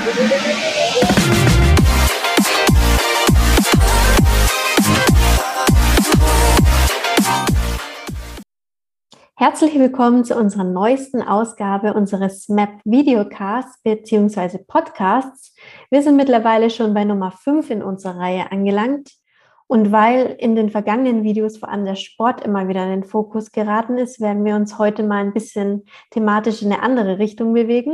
Herzlich willkommen zu unserer neuesten Ausgabe unseres SMAP Videocasts bzw. Podcasts. Wir sind mittlerweile schon bei Nummer 5 in unserer Reihe angelangt. Und weil in den vergangenen Videos vor allem der Sport immer wieder in den Fokus geraten ist, werden wir uns heute mal ein bisschen thematisch in eine andere Richtung bewegen.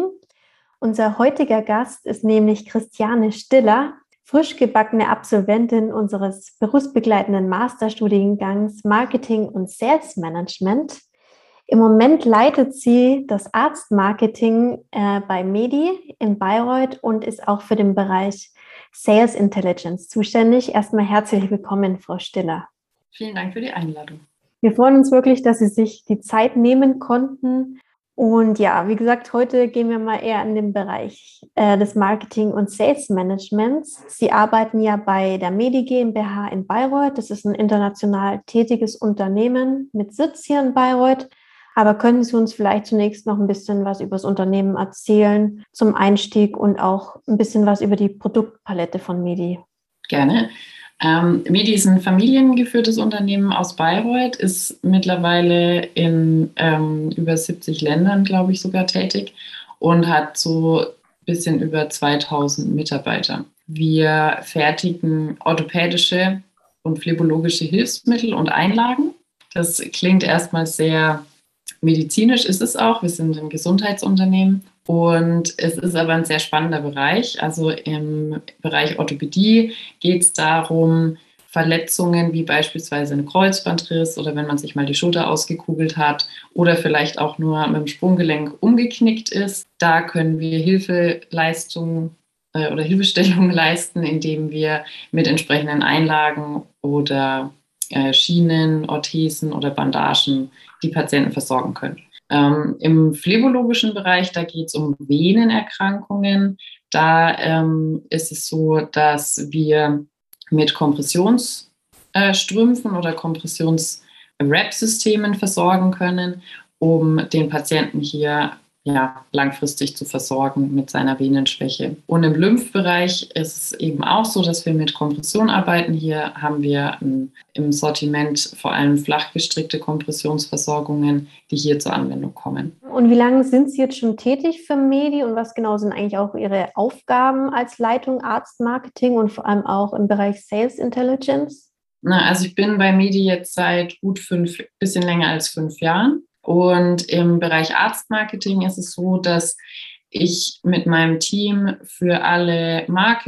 Unser heutiger Gast ist nämlich Christiane Stiller, frisch gebackene Absolventin unseres berufsbegleitenden Masterstudiengangs Marketing und Sales Management. Im Moment leitet sie das Arztmarketing bei Medi in Bayreuth und ist auch für den Bereich Sales Intelligence zuständig. Erstmal herzlich willkommen, Frau Stiller. Vielen Dank für die Einladung. Wir freuen uns wirklich, dass Sie sich die Zeit nehmen konnten. Und ja, wie gesagt, heute gehen wir mal eher in den Bereich des Marketing und Sales Managements. Sie arbeiten ja bei der Medi GmbH in Bayreuth. Das ist ein international tätiges Unternehmen mit Sitz hier in Bayreuth. Aber können Sie uns vielleicht zunächst noch ein bisschen was über das Unternehmen erzählen zum Einstieg und auch ein bisschen was über die Produktpalette von Medi? Gerne. Medi ist ein familiengeführtes Unternehmen aus Bayreuth, ist mittlerweile in über 70 Ländern, glaube ich, sogar tätig und hat so ein bisschen über 2000 Mitarbeiter. Wir fertigen orthopädische und phlebologische Hilfsmittel und Einlagen. Das klingt erstmal sehr medizinisch, ist es auch. Wir sind ein Gesundheitsunternehmen und es ist aber ein sehr spannender Bereich. Also im Bereich Orthopädie geht es darum, Verletzungen wie beispielsweise ein Kreuzbandriss oder wenn man sich mal die Schulter ausgekugelt hat oder vielleicht auch nur mit dem Sprunggelenk umgeknickt ist. Da können wir Hilfeleistungen oder Hilfestellungen leisten, indem wir mit entsprechenden Einlagen oder Schienen, Orthesen oder Bandagen die Patienten versorgen können. Im phlebologischen Bereich, da geht es um Venenerkrankungen. Da ist es so, dass wir mit Kompressionsstrümpfen oder Kompressions-Wrap-Systemen versorgen können, um den Patienten hier langfristig zu versorgen mit seiner Venenschwäche. Und im Lymphbereich ist es eben auch so, dass wir mit Kompression arbeiten. Hier haben wir im Sortiment vor allem flach gestrickte Kompressionsversorgungen, die hier zur Anwendung kommen. Und wie lange sind Sie jetzt schon tätig für Medi und was genau sind eigentlich auch Ihre Aufgaben als Leitung Arztmarketing und vor allem auch im Bereich Sales Intelligence? Also ich bin bei Medi jetzt seit gut bisschen länger als 5 Jahren. Und im Bereich Arztmarketing ist es so, dass ich mit meinem Team für alle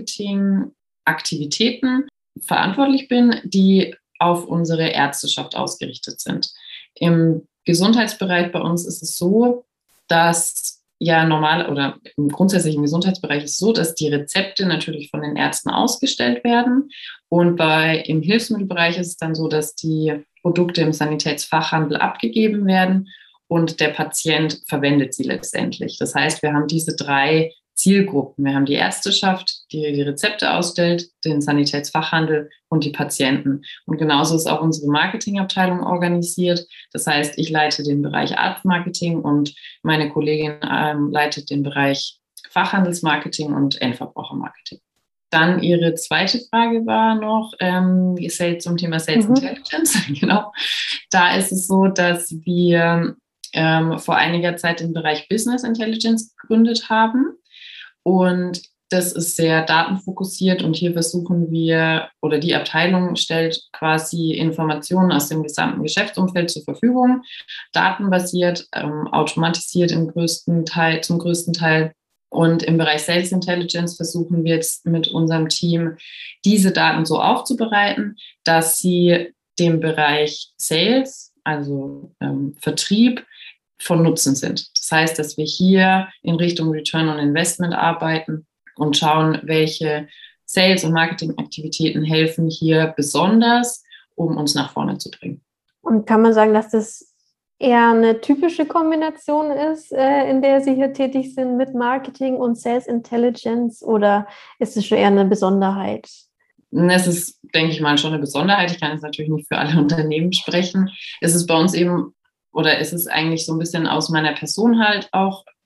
Marketingaktivitäten verantwortlich bin, die auf unsere Ärzteschaft ausgerichtet sind. Im Gesundheitsbereich bei uns ist es so, dass grundsätzlich im Gesundheitsbereich ist es so, dass die Rezepte natürlich von den Ärzten ausgestellt werden. Und im Hilfsmittelbereich ist es dann so, dass die Produkte im Sanitätsfachhandel abgegeben werden und der Patient verwendet sie letztendlich. Das heißt, wir haben diese 3 Zielgruppen. Wir haben die Ärzteschaft, die die Rezepte ausstellt, den Sanitätsfachhandel und die Patienten. Und genauso ist auch unsere Marketingabteilung organisiert. Das heißt, ich leite den Bereich Arztmarketing und meine Kollegin leitet den Bereich Fachhandelsmarketing und Endverbrauchermarketing. Dann Ihre zweite Frage war noch zum Thema Sales Intelligence. Genau. Da ist es so, dass wir vor einiger Zeit den Bereich Business Intelligence gegründet haben. Und das ist sehr datenfokussiert und hier versuchen wir, oder die Abteilung stellt quasi Informationen aus dem gesamten Geschäftsumfeld zur Verfügung, datenbasiert, automatisiert zum größten Teil. Und im Bereich Sales Intelligence versuchen wir jetzt mit unserem Team, diese Daten so aufzubereiten, dass sie dem Bereich Sales, also Vertrieb, von Nutzen sind. Das heißt, dass wir hier in Richtung Return on Investment arbeiten und schauen, welche Sales- und Marketingaktivitäten helfen hier besonders, um uns nach vorne zu bringen. Und kann man sagen, dass das eher eine typische Kombination ist, in der Sie hier tätig sind mit Marketing und Sales Intelligence, oder ist es schon eher eine Besonderheit? Es ist, denke ich mal, schon eine Besonderheit. Ich kann jetzt natürlich nicht für alle Unternehmen sprechen. Es ist bei uns eben, oder es ist eigentlich so ein bisschen aus meiner Person halt auch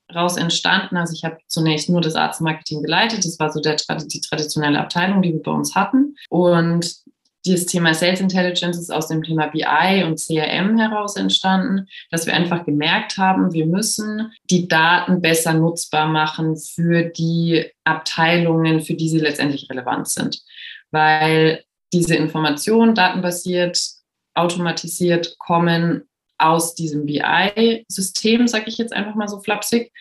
raus entstanden. Also ich habe zunächst nur das Arztmarketing geleitet. Das war so die traditionelle Abteilung, die wir bei uns hatten. Und dieses Thema Sales Intelligence ist aus dem Thema BI und CRM heraus entstanden, dass wir einfach gemerkt haben, wir müssen die Daten besser nutzbar machen für die Abteilungen, für die sie letztendlich relevant sind. Weil diese Informationen datenbasiert, automatisiert kommen aus diesem BI-System, sage ich jetzt einfach mal so flapsig,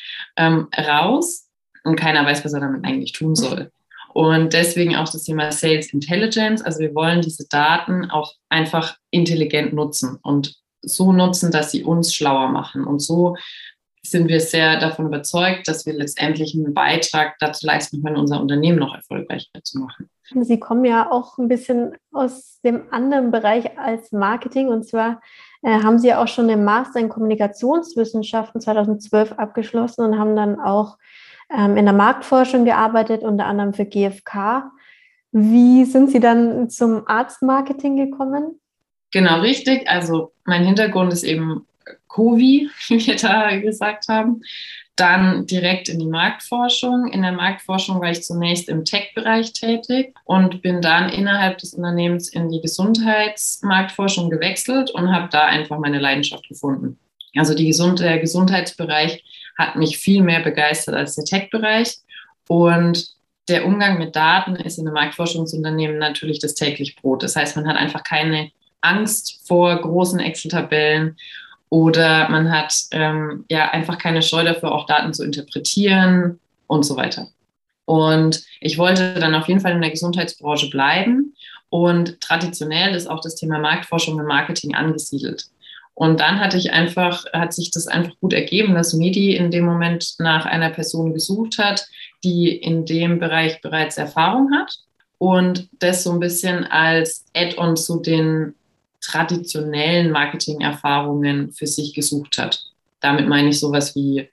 raus und keiner weiß, was er damit eigentlich tun soll. Und deswegen auch das Thema Sales Intelligence. Also wir wollen diese Daten auch einfach intelligent nutzen und so nutzen, dass sie uns schlauer machen. Und so sind wir sehr davon überzeugt, dass wir letztendlich einen Beitrag dazu leisten können, unser Unternehmen noch erfolgreicher zu machen. Sie kommen ja auch ein bisschen aus dem anderen Bereich als Marketing. Und zwar haben Sie ja auch schon den Master in Kommunikationswissenschaften 2012 abgeschlossen und haben dann auch in der Marktforschung gearbeitet, unter anderem für GfK. Wie sind Sie dann zum Arztmarketing gekommen? Genau, richtig. Also mein Hintergrund ist eben Covi, wie wir da gesagt haben. Dann direkt in die Marktforschung. In der Marktforschung war ich zunächst im Tech-Bereich tätig und bin dann innerhalb des Unternehmens in die Gesundheitsmarktforschung gewechselt und habe da einfach meine Leidenschaft gefunden. Also der Gesundheitsbereich hat mich viel mehr begeistert als der Tech-Bereich. Und der Umgang mit Daten ist in einem Marktforschungsunternehmen natürlich das tägliche Brot. Das heißt, man hat einfach keine Angst vor großen Excel-Tabellen oder man hat einfach keine Scheu dafür, auch Daten zu interpretieren und so weiter. Und ich wollte dann auf jeden Fall in der Gesundheitsbranche bleiben. Und traditionell ist auch das Thema Marktforschung und Marketing angesiedelt. Und dann hat sich das einfach gut ergeben, dass Medi in dem Moment nach einer Person gesucht hat, die in dem Bereich bereits Erfahrung hat und das so ein bisschen als Add-on zu den traditionellen Marketing-Erfahrungen für sich gesucht hat. Damit meine ich sowas wie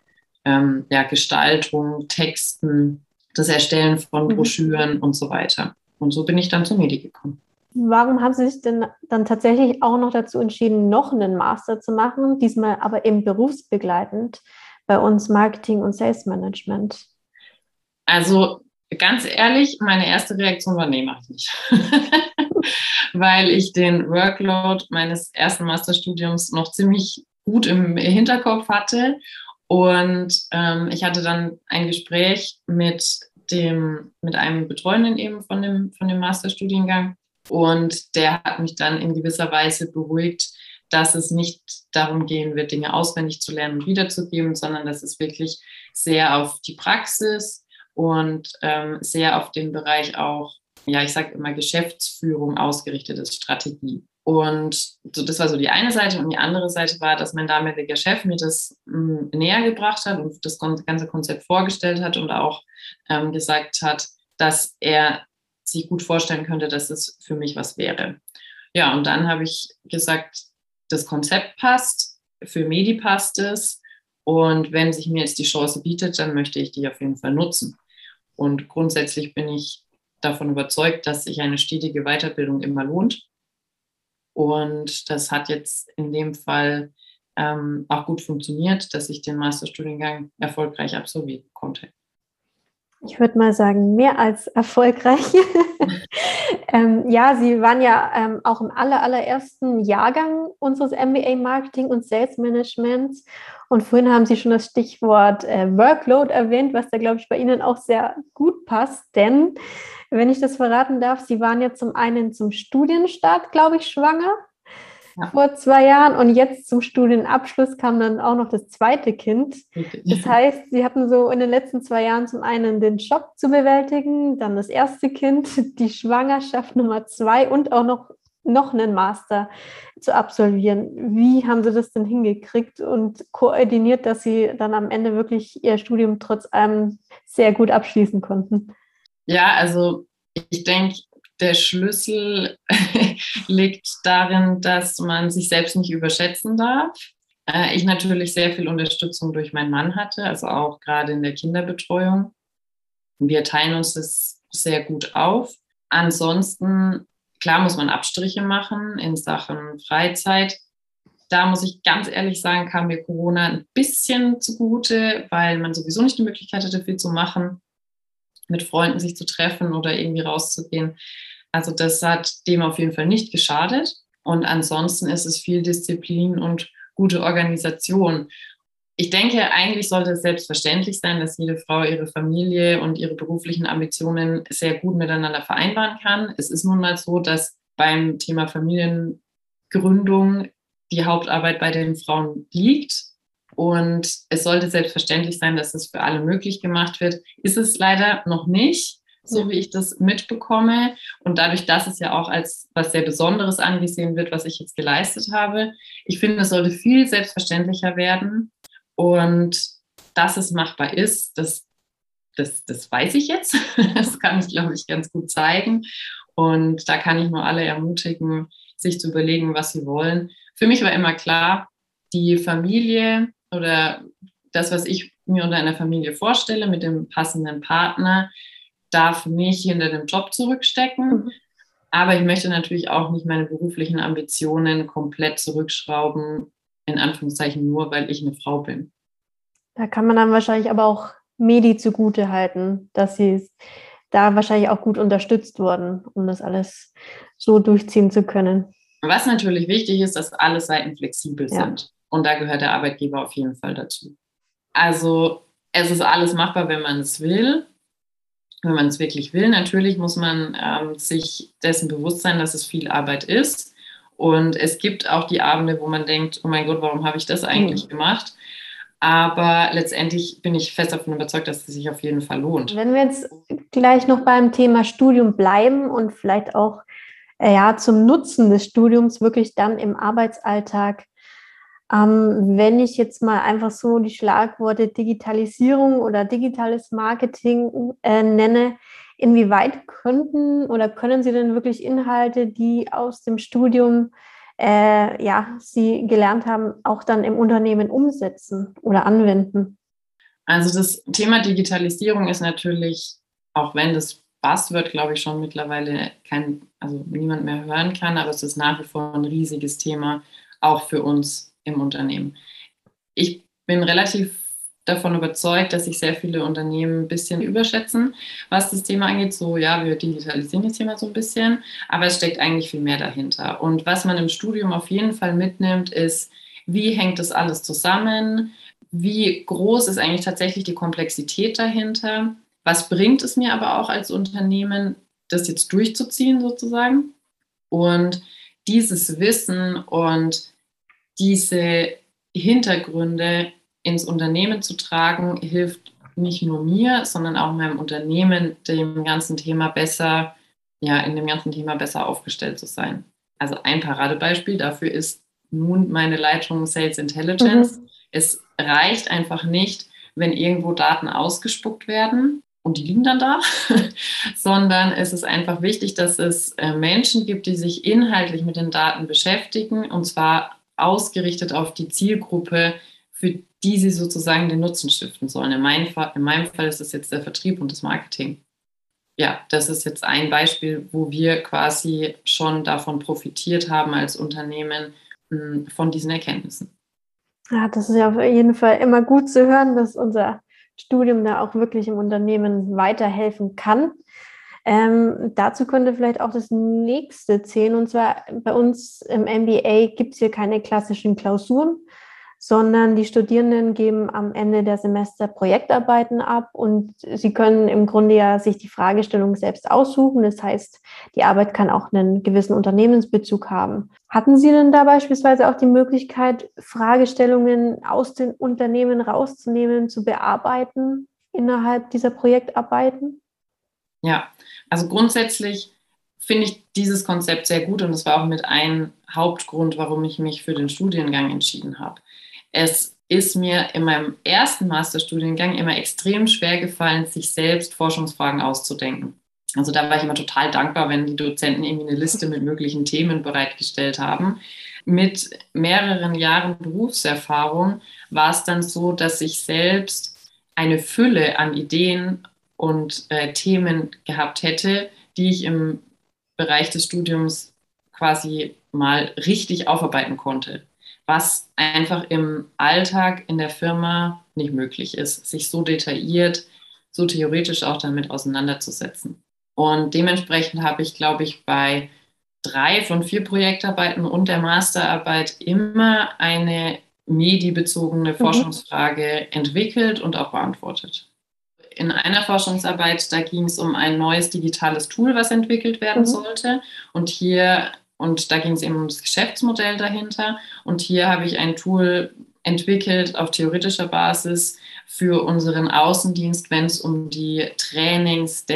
Gestaltung, Texten, das Erstellen von Broschüren und so weiter. Und so bin ich dann zu Medi gekommen. Warum haben Sie sich denn dann tatsächlich auch noch dazu entschieden, noch einen Master zu machen, diesmal aber eben berufsbegleitend bei uns Marketing und Sales Management? Also ganz ehrlich, meine erste Reaktion war, nee, mach ich nicht. Weil ich den Workload meines ersten Masterstudiums noch ziemlich gut im Hinterkopf hatte. Und ich hatte dann ein Gespräch mit einem Betreuenden eben von dem Masterstudiengang. Und der hat mich dann in gewisser Weise beruhigt, dass es nicht darum gehen wird, Dinge auswendig zu lernen und wiederzugeben, sondern dass es wirklich sehr auf die Praxis und sehr auf den Bereich auch, ja, ich sage immer Geschäftsführung ausgerichtet ist, Strategie. Und so, das war so die eine Seite. Und die andere Seite war, dass mein damaliger Chef mir das näher gebracht hat und das ganze Konzept vorgestellt hat und auch gesagt hat, dass er sich gut vorstellen könnte, dass es für mich was wäre. Ja, und dann habe ich gesagt, das Konzept passt, für Medi passt es. Und wenn sich mir jetzt die Chance bietet, dann möchte ich die auf jeden Fall nutzen. Und grundsätzlich bin ich davon überzeugt, dass sich eine stetige Weiterbildung immer lohnt. Und das hat jetzt in dem Fall auch gut funktioniert, dass ich den Masterstudiengang erfolgreich absolvieren konnte. Ich würde mal sagen, mehr als erfolgreich. Ja, Sie waren ja auch im allerersten Jahrgang unseres MBA Marketing und Sales Managements. Und vorhin haben Sie schon das Stichwort Workload erwähnt, was da, glaube ich, bei Ihnen auch sehr gut passt. Denn, wenn ich das verraten darf, Sie waren ja zum einen zum Studienstart, glaube ich, schwanger. Ja. Vor 2 Jahren und jetzt zum Studienabschluss kam dann auch noch das zweite Kind. Das heißt, Sie hatten so in den letzten 2 Jahren zum einen den Job zu bewältigen, dann das erste Kind, die Schwangerschaft Nummer 2 und auch noch einen Master zu absolvieren. Wie haben Sie das denn hingekriegt und koordiniert, dass Sie dann am Ende wirklich Ihr Studium trotz allem sehr gut abschließen konnten? Ja, also ich denke, der Schlüssel liegt darin, dass man sich selbst nicht überschätzen darf. Ich natürlich sehr viel Unterstützung durch meinen Mann hatte, also auch gerade in der Kinderbetreuung. Wir teilen uns das sehr gut auf. Ansonsten, klar muss man Abstriche machen in Sachen Freizeit, Da muss ich ganz ehrlich sagen, kam mir Corona ein bisschen zugute, weil man sowieso nicht die Möglichkeit hatte, viel zu machen, mit Freunden sich zu treffen oder irgendwie rauszugehen. Also das hat dem auf jeden Fall nicht geschadet. Und ansonsten ist es viel Disziplin und gute Organisation. Ich denke, eigentlich sollte es selbstverständlich sein, dass jede Frau ihre Familie und ihre beruflichen Ambitionen sehr gut miteinander vereinbaren kann. Es ist nun mal so, dass beim Thema Familiengründung die Hauptarbeit bei den Frauen liegt. Und es sollte selbstverständlich sein, dass es für alle möglich gemacht wird. Ist es leider noch nicht, so wie ich das mitbekomme. Und dadurch, dass es ja auch als was sehr Besonderes angesehen wird, was ich jetzt geleistet habe. Ich finde, es sollte viel selbstverständlicher werden. Und dass es machbar ist, das weiß ich jetzt. Das kann ich, glaube ich, ganz gut zeigen. Und da kann ich nur alle ermutigen, sich zu überlegen, was sie wollen. Für mich war immer klar, die Familie oder das, was ich mir unter einer Familie vorstelle, mit dem passenden Partner, darf nicht hinter dem Job zurückstecken. Aber ich möchte natürlich auch nicht meine beruflichen Ambitionen komplett zurückschrauben, in Anführungszeichen nur, weil ich eine Frau bin. Da kann man dann wahrscheinlich aber auch Medi zugute halten, dass sie da wahrscheinlich auch gut unterstützt wurden, um das alles so durchziehen zu können. Was natürlich wichtig ist, dass alle Seiten flexibel sind. Und da gehört der Arbeitgeber auf jeden Fall dazu. Also es ist alles machbar, wenn man es will. Wenn man es wirklich will, natürlich muss man sich dessen bewusst sein, dass es viel Arbeit ist. Und es gibt auch die Abende, wo man denkt, oh mein Gott, warum habe ich das eigentlich gemacht? Aber letztendlich bin ich fest davon überzeugt, dass es sich auf jeden Fall lohnt. Wenn wir jetzt gleich noch beim Thema Studium bleiben und vielleicht auch zum Nutzen des Studiums wirklich dann im Arbeitsalltag, wenn ich jetzt mal einfach so die Schlagworte Digitalisierung oder digitales Marketing nenne, inwieweit könnten oder können Sie denn wirklich Inhalte, die aus dem Studium Sie gelernt haben, auch dann im Unternehmen umsetzen oder anwenden? Also das Thema Digitalisierung ist natürlich, auch wenn das Buzzword, glaube ich, schon mittlerweile niemand mehr hören kann, aber es ist nach wie vor ein riesiges Thema, auch für uns im Unternehmen. Ich bin relativ davon überzeugt, dass sich sehr viele Unternehmen ein bisschen überschätzen, was das Thema angeht. So, ja, wir digitalisieren das Thema so ein bisschen, aber es steckt eigentlich viel mehr dahinter. Und was man im Studium auf jeden Fall mitnimmt, ist, wie hängt das alles zusammen? Wie groß ist eigentlich tatsächlich die Komplexität dahinter? Was bringt es mir aber auch als Unternehmen, das jetzt durchzuziehen sozusagen? Und dieses Wissen und diese Hintergründe ins Unternehmen zu tragen, hilft nicht nur mir, sondern auch meinem Unternehmen, in dem ganzen Thema besser aufgestellt zu sein. Also ein Paradebeispiel dafür ist nun meine Leitung Sales Intelligence. Es reicht einfach nicht, wenn irgendwo Daten ausgespuckt werden und die liegen dann da, sondern es ist einfach wichtig, dass es Menschen gibt, die sich inhaltlich mit den Daten beschäftigen, und zwar ausgerichtet auf die Zielgruppe, für die sie sozusagen den Nutzen stiften sollen. In meinem Fall ist es jetzt der Vertrieb und das Marketing. Ja, das ist jetzt ein Beispiel, wo wir quasi schon davon profitiert haben als Unternehmen, von diesen Erkenntnissen. Ja, das ist ja auf jeden Fall immer gut zu hören, dass unser Studium da auch wirklich im Unternehmen weiterhelfen kann. Dazu könnte vielleicht auch das nächste zählen. Und zwar bei uns im MBA gibt es hier keine klassischen Klausuren, sondern die Studierenden geben am Ende der Semester Projektarbeiten ab und sie können im Grunde ja sich die Fragestellung selbst aussuchen. Das heißt, die Arbeit kann auch einen gewissen Unternehmensbezug haben. Hatten Sie denn da beispielsweise auch die Möglichkeit, Fragestellungen aus den Unternehmen rauszunehmen, zu bearbeiten innerhalb dieser Projektarbeiten? Ja, also grundsätzlich finde ich dieses Konzept sehr gut und das war auch mit ein Hauptgrund, warum ich mich für den Studiengang entschieden habe. Es ist mir in meinem ersten Masterstudiengang immer extrem schwer gefallen, sich selbst Forschungsfragen auszudenken. Also da war ich immer total dankbar, wenn die Dozenten irgendwie eine Liste mit möglichen Themen bereitgestellt haben. Mit mehreren Jahren Berufserfahrung war es dann so, dass ich selbst eine Fülle an Ideen und Themen gehabt hätte, die ich im Bereich des Studiums quasi mal richtig aufarbeiten konnte. was einfach im Alltag in der Firma nicht möglich ist, sich so detailliert, so theoretisch auch damit auseinanderzusetzen. Und dementsprechend habe ich, glaube ich, bei 3 von 4 Projektarbeiten und der Masterarbeit immer eine medienbezogene Forschungsfrage entwickelt und auch beantwortet. In einer Forschungsarbeit, da ging es um ein neues digitales Tool, was entwickelt werden sollte. Und da ging es eben um das Geschäftsmodell dahinter. Und hier habe ich ein Tool entwickelt auf theoretischer Basis für unseren Außendienst, wenn es um die Trainings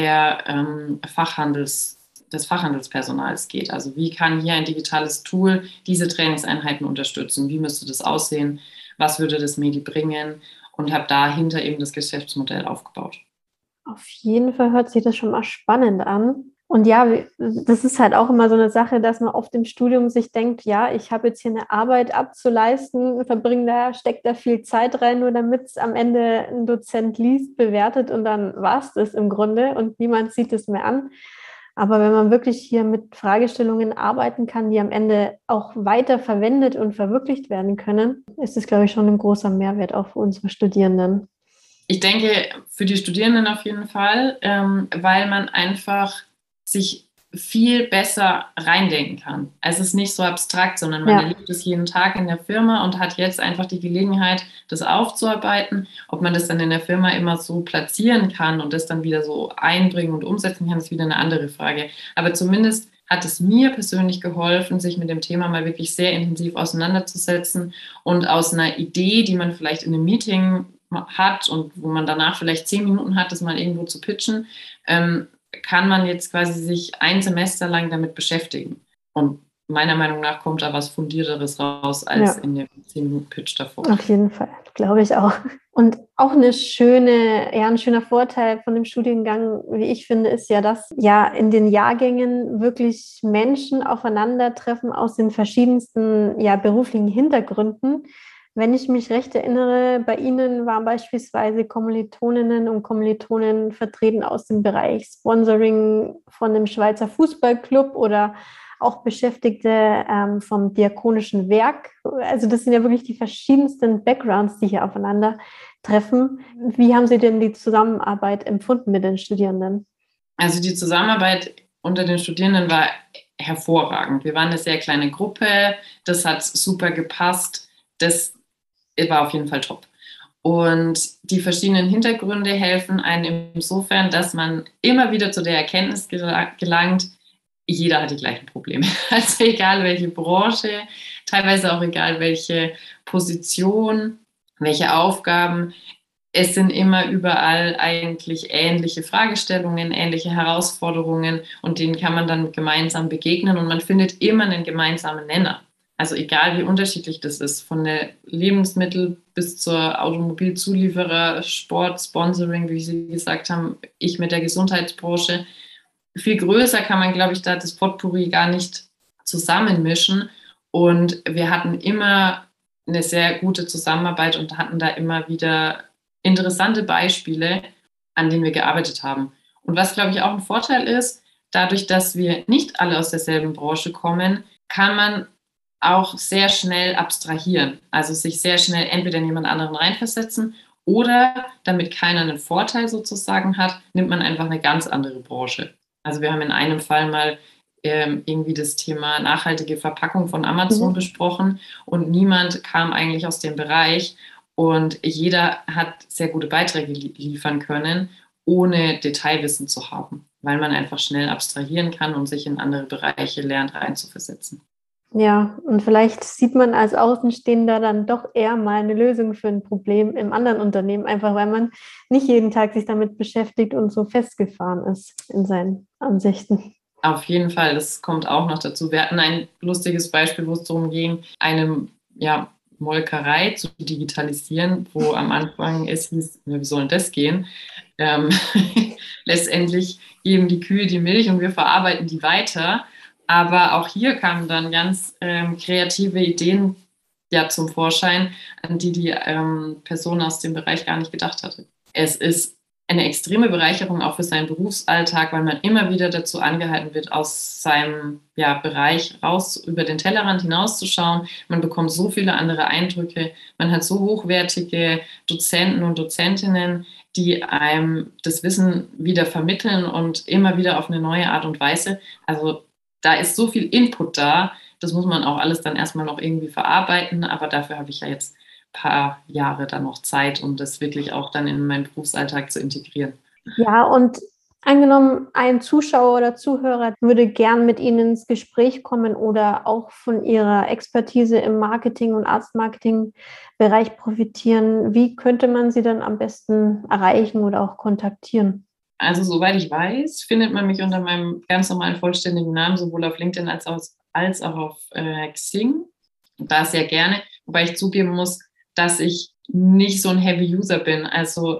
des Fachhandelspersonals geht. Also wie kann hier ein digitales Tool diese Trainingseinheiten unterstützen? Wie müsste das aussehen? Was würde das Medi bringen? Und habe dahinter eben das Geschäftsmodell aufgebaut. Auf jeden Fall hört sich das schon mal spannend an. Und ja, das ist halt auch immer so eine Sache, dass man oft im Studium sich denkt, ja, ich habe jetzt hier eine Arbeit abzuleisten, steckt da viel Zeit rein, nur damit es am Ende ein Dozent liest, bewertet und dann war es das im Grunde und niemand sieht es mehr an. Aber wenn man wirklich hier mit Fragestellungen arbeiten kann, die am Ende auch weiter verwendet und verwirklicht werden können, ist es, glaube ich, schon ein großer Mehrwert auch für unsere Studierenden. Ich denke, für die Studierenden auf jeden Fall, weil man einfach sich viel besser reindenken kann. Es ist nicht so abstrakt, sondern man erlebt es jeden Tag in der Firma und hat jetzt einfach die Gelegenheit, das aufzuarbeiten. Ob man das dann in der Firma immer so platzieren kann und das dann wieder so einbringen und umsetzen kann, ist wieder eine andere Frage. Aber zumindest hat es mir persönlich geholfen, sich mit dem Thema mal wirklich sehr intensiv auseinanderzusetzen und aus einer Idee, die man vielleicht in einem Meeting hat und wo man danach vielleicht 10 Minuten hat, das mal irgendwo zu pitchen, kann man jetzt quasi sich ein Semester lang damit beschäftigen. Und meiner Meinung nach kommt da was Fundierteres raus als in dem 10-Minuten-Pitch davor. Auf jeden Fall, glaube ich auch. Und auch ein schöner Vorteil von dem Studiengang, wie ich finde, ist ja, dass ja in den Jahrgängen wirklich Menschen aufeinandertreffen aus den verschiedensten beruflichen Hintergründen. Wenn ich mich recht erinnere, bei Ihnen waren beispielsweise Kommilitoninnen und Kommilitonen vertreten aus dem Bereich Sponsoring von dem Schweizer Fußballclub oder auch Beschäftigte vom Diakonischen Werk. Also das sind ja wirklich die verschiedensten Backgrounds, die hier aufeinandertreffen. Wie haben Sie denn die Zusammenarbeit empfunden mit den Studierenden? Also die Zusammenarbeit unter den Studierenden war hervorragend. Wir waren eine sehr kleine Gruppe, das hat super gepasst. Das war auf jeden Fall top. Und die verschiedenen Hintergründe helfen einem insofern, dass man immer wieder zu der Erkenntnis gelangt, jeder hat die gleichen Probleme. Also egal welche Branche, teilweise auch egal welche Position, welche Aufgaben. Es sind immer überall eigentlich ähnliche Fragestellungen, ähnliche Herausforderungen und denen kann man dann gemeinsam begegnen und man findet immer einen gemeinsamen Nenner. Also egal wie unterschiedlich das ist, von der Lebensmittel bis zur Automobilzulieferer, Sport, Sponsoring, wie Sie gesagt haben, ich mit der Gesundheitsbranche. Viel größer kann man, glaube ich, da das Potpourri gar nicht zusammenmischen. Und wir hatten immer eine sehr gute Zusammenarbeit und hatten da immer wieder interessante Beispiele, an denen wir gearbeitet haben. Und was, glaube ich, auch ein Vorteil ist, dadurch, dass wir nicht alle aus derselben Branche kommen, kann man auch sehr schnell abstrahieren, also sich sehr schnell entweder in jemand anderen reinversetzen oder, damit keiner einen Vorteil sozusagen hat, nimmt man einfach eine ganz andere Branche. Also wir haben in einem Fall mal irgendwie das Thema nachhaltige Verpackung von Amazon besprochen und niemand kam eigentlich aus dem Bereich und jeder hat sehr gute Beiträge liefern können, ohne Detailwissen zu haben, weil man einfach schnell abstrahieren kann und sich in andere Bereiche lernt reinzuversetzen. Ja, und vielleicht sieht man als Außenstehender dann doch eher mal eine Lösung für ein Problem im anderen Unternehmen, einfach weil man nicht jeden Tag sich damit beschäftigt und so festgefahren ist in seinen Ansichten. Auf jeden Fall, das kommt auch noch dazu. Wir hatten ein lustiges Beispiel, wo es darum ging, eine Molkerei zu digitalisieren, wo am Anfang es hieß, wie soll das gehen? Letztendlich geben die Kühe die Milch und wir verarbeiten die weiter. Aber auch hier kamen dann ganz kreative Ideen zum Vorschein, an die die Person aus dem Bereich gar nicht gedacht hatte. Es ist eine extreme Bereicherung auch für seinen Berufsalltag, weil man immer wieder dazu angehalten wird, aus seinem Bereich raus über den Tellerrand hinauszuschauen. Man bekommt so viele andere Eindrücke. Man hat so hochwertige Dozenten und Dozentinnen, die einem das Wissen wieder vermitteln und immer wieder auf eine neue Art und Weise. Also da ist so viel Input da. Das muss man auch alles dann erstmal noch irgendwie verarbeiten. Aber dafür habe ich ja jetzt paar Jahre dann noch Zeit, um das wirklich auch dann in meinen Berufsalltag zu integrieren. Ja, und angenommen, ein Zuschauer oder Zuhörer würde gern mit Ihnen ins Gespräch kommen oder auch von Ihrer Expertise im Marketing- und Arztmarketing-Bereich profitieren. Wie könnte man Sie dann am besten erreichen oder auch kontaktieren? Also soweit ich weiß, findet man mich unter meinem ganz normalen vollständigen Namen, sowohl auf LinkedIn als auch auf Xing. Da sehr gerne, wobei ich zugeben muss, dass ich nicht so ein Heavy User bin. Also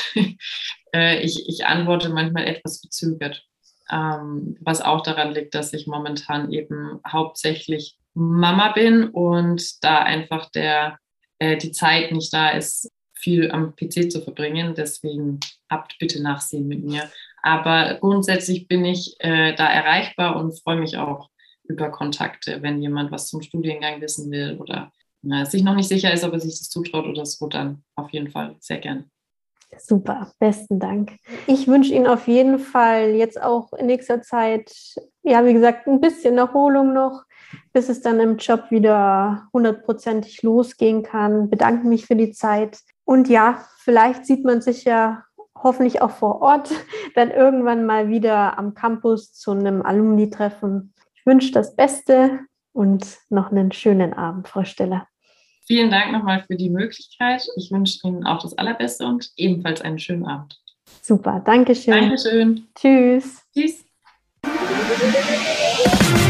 ich antworte manchmal etwas verzögert, was auch daran liegt, dass ich momentan eben hauptsächlich Mama bin und da einfach die Zeit nicht da ist, viel am PC zu verbringen. Deswegen habt bitte Nachsehen mit mir. Aber grundsätzlich bin ich da erreichbar und freue mich auch über Kontakte, wenn jemand was zum Studiengang wissen will oder sich noch nicht sicher ist, ob er sich das zutraut oder so, dann auf jeden Fall sehr gerne. Super, besten Dank. Ich wünsche Ihnen auf jeden Fall jetzt auch in nächster Zeit, ja, wie gesagt, ein bisschen Erholung noch, bis es dann im Job wieder 100%ig losgehen kann. Bedanke mich für die Zeit. Und ja, vielleicht sieht man sich ja hoffentlich auch vor Ort dann irgendwann mal wieder am Campus zu einem Alumni-Treffen. Ich wünsche das Beste und noch einen schönen Abend, Frau Steller. Vielen Dank nochmal für die Möglichkeit. Ich wünsche Ihnen auch das Allerbeste und ebenfalls einen schönen Abend. Super, danke schön. Dankeschön. Tschüss. Tschüss.